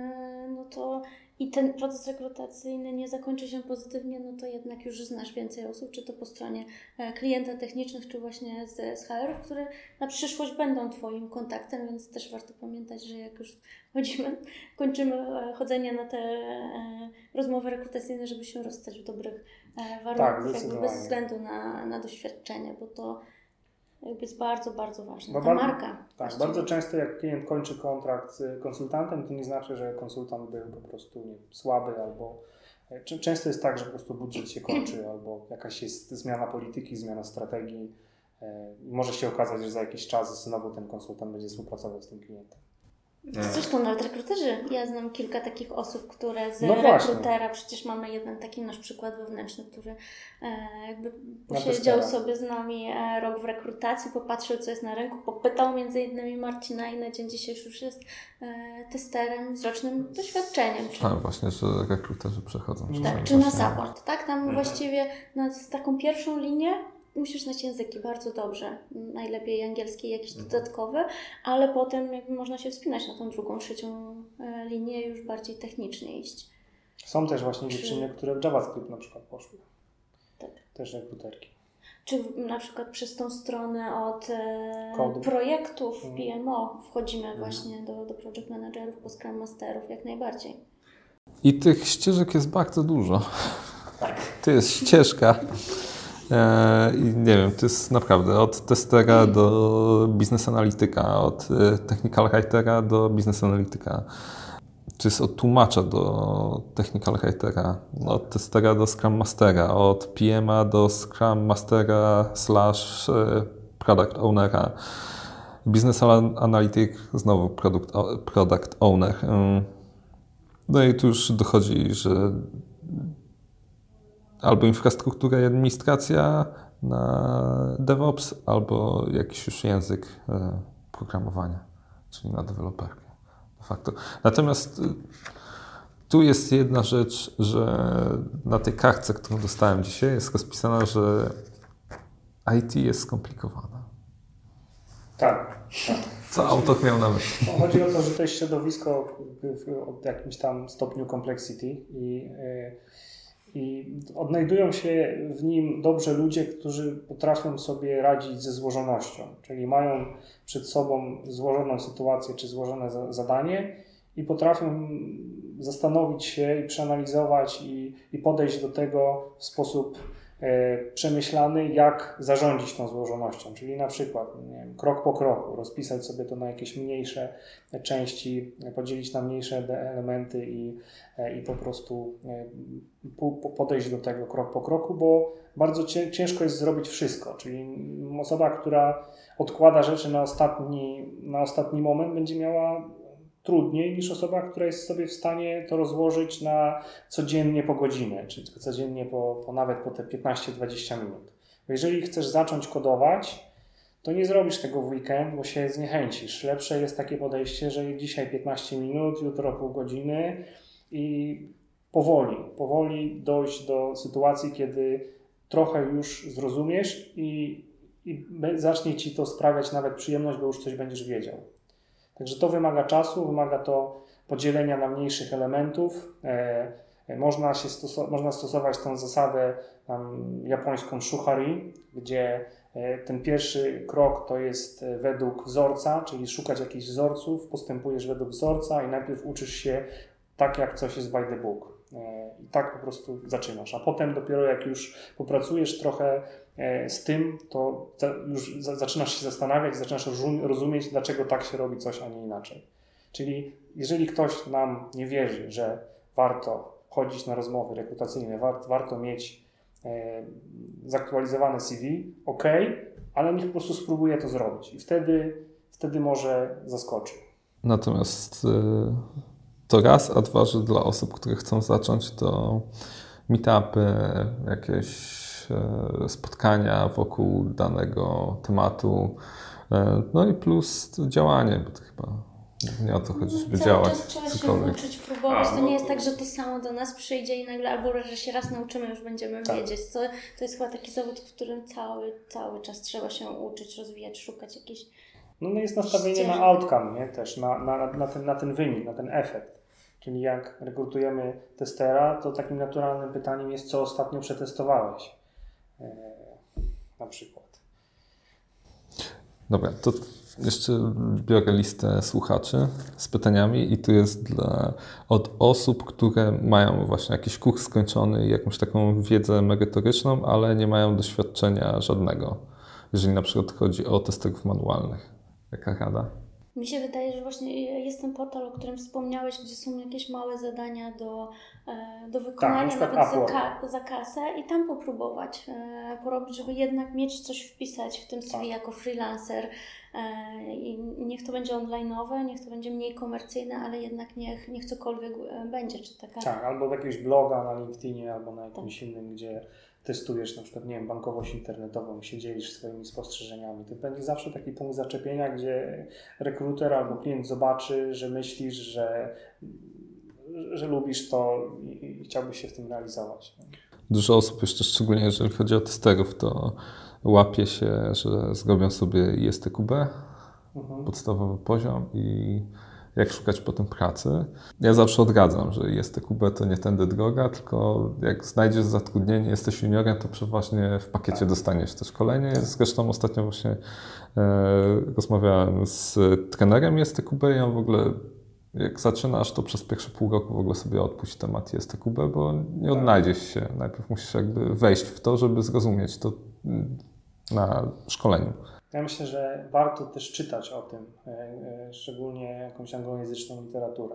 no to i ten proces rekrutacyjny nie zakończy się pozytywnie, no to jednak już znasz więcej osób, czy to po stronie klienta technicznych, czy właśnie z, z H R-ów, które na przyszłość będą Twoim kontaktem, więc też warto pamiętać, że jak już chodzimy, kończymy chodzenie na te rozmowy rekrutacyjne, żeby się rozstać w dobrych warunkach, tak, jakby bez względu na, na doświadczenie, bo to jakby jest bardzo, bardzo ważna. Bo ta bardzo, marka. Tak, właściwie. bardzo często jak klient kończy kontrakt z konsultantem, to nie znaczy, że konsultant był po prostu nie, słaby albo często jest tak, że po prostu budżet się kończy albo jakaś jest zmiana polityki, zmiana strategii. Może się okazać, że za jakiś czas znowu ten konsultant będzie współpracował z tym klientem. Zresztą nawet rekruterzy. Ja znam kilka takich osób, które z no rekrutera, przecież mamy jeden taki nasz przykład wewnętrzny, który e, jakby posiedział sobie z nami e, rok w rekrutacji, popatrzył co jest na rynku, popytał między innymi Marcina i na dzień dzisiejszy już jest e, testerem z rocznym doświadczeniem. Czy, tak, właśnie, że rekruterzy przechodzą. tak, czy na support, tak? Tam mhm. właściwie na taką pierwszą linię musisz znać języki bardzo dobrze, najlepiej angielski jakiś dodatkowy, ale potem jakby można się wspinać na tą drugą, trzecią linię już bardziej technicznie iść. Są też właśnie Czy... dziewczyny, które w JavaScript na przykład poszły. Tak. Też rekruterki. Czy na przykład przez tą stronę od e, projektów mm. P M O wchodzimy mm. właśnie do, do project managerów, po Scrum Masterów jak najbardziej. I tych ścieżek jest bardzo dużo. Tak. To jest ścieżka. I nie wiem, to jest naprawdę od testera do business analityka, od technical writera do business analityka. To jest od tłumacza do technical writera, od testera do Scrum Mastera, od P M a do Scrum Mastera slash product ownera. Business analytyk, znowu product, product owner. No i tu już dochodzi, że albo infrastruktura i administracja na DevOps, albo jakiś już język programowania, czyli na deweloperkę de facto. Natomiast tu jest jedna rzecz, że na tej kartce, którą dostałem dzisiaj, jest rozpisana, że I T jest skomplikowane. Tak. tak. Co autor miał na myśli? Chodzi o to, że to jest środowisko w jakimś tam stopniu complexity i I odnajdują się w nim dobrze ludzie, którzy potrafią sobie radzić ze złożonością, czyli mają przed sobą złożoną sytuację czy złożone za- zadanie i potrafią zastanowić się i przeanalizować i, i podejść do tego w sposób przemyślany, jak zarządzić tą złożonością, czyli na przykład nie wiem, krok po kroku, rozpisać sobie to na jakieś mniejsze części, podzielić na mniejsze elementy i, i po prostu podejść do tego krok po kroku, bo bardzo ciężko jest zrobić wszystko, czyli osoba, która odkłada rzeczy na ostatni, na ostatni moment, będzie miała trudniej niż osoba, która jest sobie w stanie to rozłożyć na codziennie po godzinę, czy codziennie po, po nawet po te piętnaście dwadzieścia minut. Bo jeżeli chcesz zacząć kodować, to nie zrobisz tego w weekend, bo się zniechęcisz. Lepsze jest takie podejście, że dzisiaj piętnaście minut, jutro pół godziny i powoli, powoli dojść do sytuacji, kiedy trochę już zrozumiesz i, i zacznie Ci to sprawiać nawet przyjemność, bo już coś będziesz wiedział. Także to wymaga czasu, wymaga to podzielenia na mniejszych elementów. E, można, się stoso- można stosować tę zasadę tam, japońską shuhari, gdzie e, ten pierwszy krok to jest według wzorca, czyli szukać jakichś wzorców, postępujesz według wzorca i najpierw uczysz się tak, jak coś jest by the book. E, I tak po prostu zaczynasz. A potem dopiero jak już popracujesz trochę z tym, to już zaczynasz się zastanawiać, zaczynasz rozumieć, dlaczego tak się robi coś, a nie inaczej. Czyli jeżeli ktoś nam nie wierzy, że warto chodzić na rozmowy rekrutacyjne, warto, warto mieć e, zaktualizowane C V, ok, ale niech po prostu spróbuje to zrobić i wtedy, wtedy może zaskoczy. Natomiast y, to raz, a dwa, że dla osób, które chcą zacząć, to meetupy, jakieś spotkania wokół danego tematu, no i plus działanie, bo to chyba nie o to chodzi, żeby Cały działać. Czas trzeba cokolwiek. się uczyć, próbować. To nie jest tak, że to samo do nas przyjdzie i nagle, albo że się raz nauczymy, już będziemy tak. wiedzieć. To, to jest chyba taki zawód, w którym cały, cały czas trzeba się uczyć, rozwijać, szukać jakichś. No, no jest nastawienie ścieżek. Na outcome, nie? Też na, na, na, ten, na ten wynik, na ten efekt. Czyli jak rekrutujemy testera, to takim naturalnym pytaniem jest, co ostatnio przetestowałeś. Na przykład. Dobra, to jeszcze biorę listę słuchaczy z pytaniami i tu jest dla, od osób, które mają właśnie jakiś kurs skończony i jakąś taką wiedzę merytoryczną, ale nie mają doświadczenia żadnego, jeżeli na przykład chodzi o testerów manualnych. Jaka rada? Mi się wydaje, że właśnie jest ten portal, o którym wspomniałeś, gdzie są jakieś małe zadania do, do wykonania, tak, nawet za, ka- za kasę i tam popróbować e, porobić, żeby jednak mieć coś wpisać w tym C V tak. jako freelancer e, i niech to będzie online'owe, niech to będzie mniej komercyjne, ale jednak niech, niech cokolwiek będzie. Czy taka... Tak, albo w jakiegoś bloga na LinkedInie, albo na jakimś tak. innym, gdzie testujesz na przykład, nie wiem, bankowość internetową, się dzielisz swoimi spostrzeżeniami. To będzie zawsze taki punkt zaczepienia, gdzie rekruter albo klient zobaczy, że myślisz, że, że lubisz to i, i chciałbyś się w tym realizować. Dużo osób jeszcze, szczególnie jeżeli chodzi o testerów, to łapie się, że zrobią sobie I S T Q B, mhm. podstawowy poziom i jak szukać potem pracy. Ja zawsze odradzam, że I S T Q B to nie tędy droga, tylko jak znajdziesz zatrudnienie, jesteś juniorem, to przeważnie w pakiecie tak. dostaniesz to szkolenie. Zresztą ostatnio właśnie e, rozmawiałem z trenerem I S T Q B i on w ogóle, jak zaczynasz, to przez pierwsze pół roku w ogóle sobie odpuść temat I S T Q B, bo nie odnajdziesz się. Najpierw musisz jakby wejść w to, żeby zrozumieć to na szkoleniu. Ja myślę, że warto też czytać o tym, szczególnie jakąś anglojęzyczną literaturę,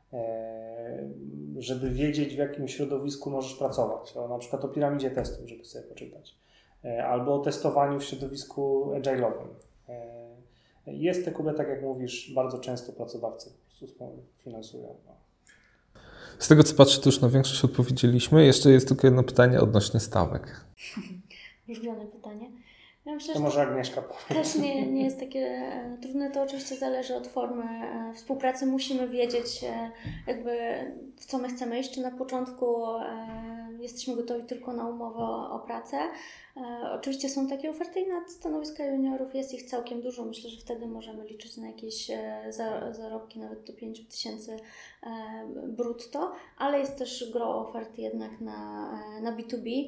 żeby wiedzieć, w jakim środowisku możesz pracować. O, na przykład o piramidzie testów, żeby sobie poczytać, albo o testowaniu w środowisku agile'owym. I S T Q B, tak jak mówisz, bardzo często pracodawcy po prostu finansują. Z tego co patrzę, to już na większość odpowiedzieliśmy. Jeszcze jest tylko jedno pytanie odnośnie stawek. Ulubione pytanie. Ja myślę, to może Agnieszka powie. Też nie, nie jest takie trudne, to oczywiście zależy od formy współpracy. Musimy wiedzieć jakby w co my chcemy iść, czy na początku jesteśmy gotowi tylko na umowę o, o pracę. Oczywiście są takie oferty i na stanowiska juniorów jest ich całkiem dużo. Myślę, że wtedy możemy liczyć na jakieś zarobki nawet do pięć tysięcy brutto, ale jest też gro ofert jednak na, na B dwa B.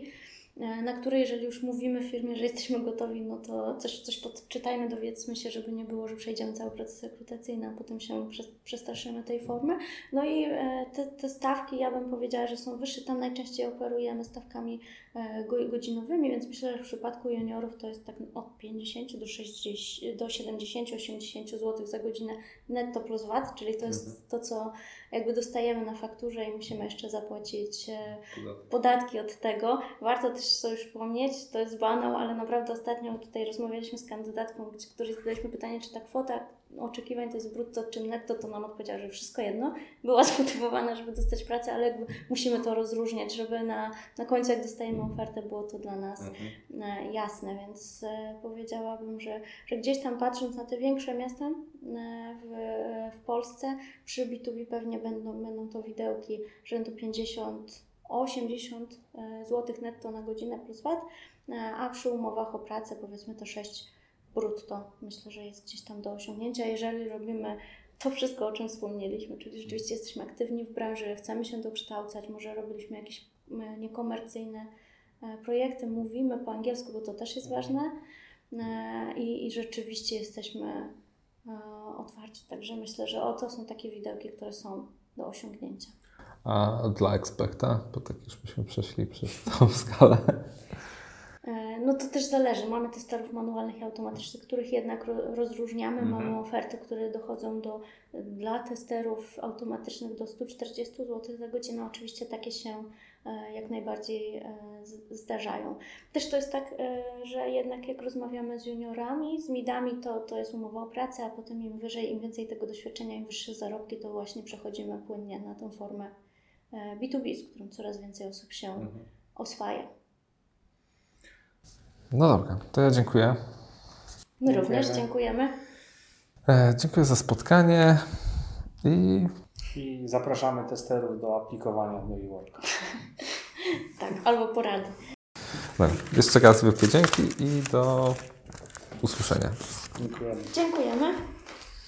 na której, jeżeli już mówimy w firmie, że jesteśmy gotowi, no to coś, coś podczytajmy, dowiedzmy się, żeby nie było, że przejdziemy cały proces rekrutacyjny, a potem się przestraszymy tej formy. No i te, te stawki, ja bym powiedziała, że są wyższe. Tam najczęściej operujemy stawkami godzinowymi, więc myślę, że w przypadku juniorów to jest tak od pięćdziesiąt do sześćdziesięciu, do siedemdziesiąt osiemdziesiąt złotych za godzinę netto plus V A T, czyli to jest mhm. to, co jakby dostajemy na fakturze i musimy jeszcze zapłacić podatki od tego. Warto też sobie przypomnieć, to jest banał, ale naprawdę ostatnio tutaj rozmawialiśmy z kandydatką, której zadaliśmy pytanie, czy ta kwota oczekiwań to jest brutto czy netto, to nam odpowiedziała, że wszystko jedno. Była zmotywowana, żeby dostać pracę, ale jakby musimy to rozróżniać, żeby na, na końcu, jak dostajemy ofertę, było to dla nas mhm. jasne, więc e, powiedziałabym, że, że gdzieś tam patrząc na te większe miasta e, w, w Polsce, przy B dwa B pewnie będą, będą to widełki rzędu pięćdziesiąt osiemdziesiąt złotych netto na godzinę plus V A T, a przy umowach o pracę powiedzmy to sześć brutto. Myślę, że jest gdzieś tam do osiągnięcia. Jeżeli robimy to wszystko, o czym wspomnieliśmy, czyli rzeczywiście jesteśmy aktywni w branży, chcemy się dokształcać, może robiliśmy jakieś niekomercyjne projekty, mówimy po angielsku, bo to też jest ważne i, i rzeczywiście jesteśmy otwarci. Także myślę, że oto są takie widełki, które są do osiągnięcia. A dla Experta, bo tak już byśmy przeszli przez tą skalę. No to też zależy. Mamy testerów manualnych i automatycznych, których jednak rozróżniamy. Mhm. Mamy oferty, które dochodzą do, dla testerów automatycznych do sto czterdzieści złotych za godzinę. Oczywiście takie się jak najbardziej zdarzają. Też to jest tak, że jednak jak rozmawiamy z juniorami, z midami, to, to jest umowa o pracę, a potem im wyżej, im więcej tego doświadczenia, im wyższe zarobki, to właśnie przechodzimy płynnie na tą formę B dwa B, z którą coraz więcej osób się mhm. oswaja. No dobra, to ja dziękuję. My również dziękujemy. E, dziękuję za spotkanie i... I zapraszamy testerów do aplikowania do eWorka. Tak, albo porady. No, jeszcze raz wielkie dzięki i do usłyszenia. Dziękujemy. Dziękujemy.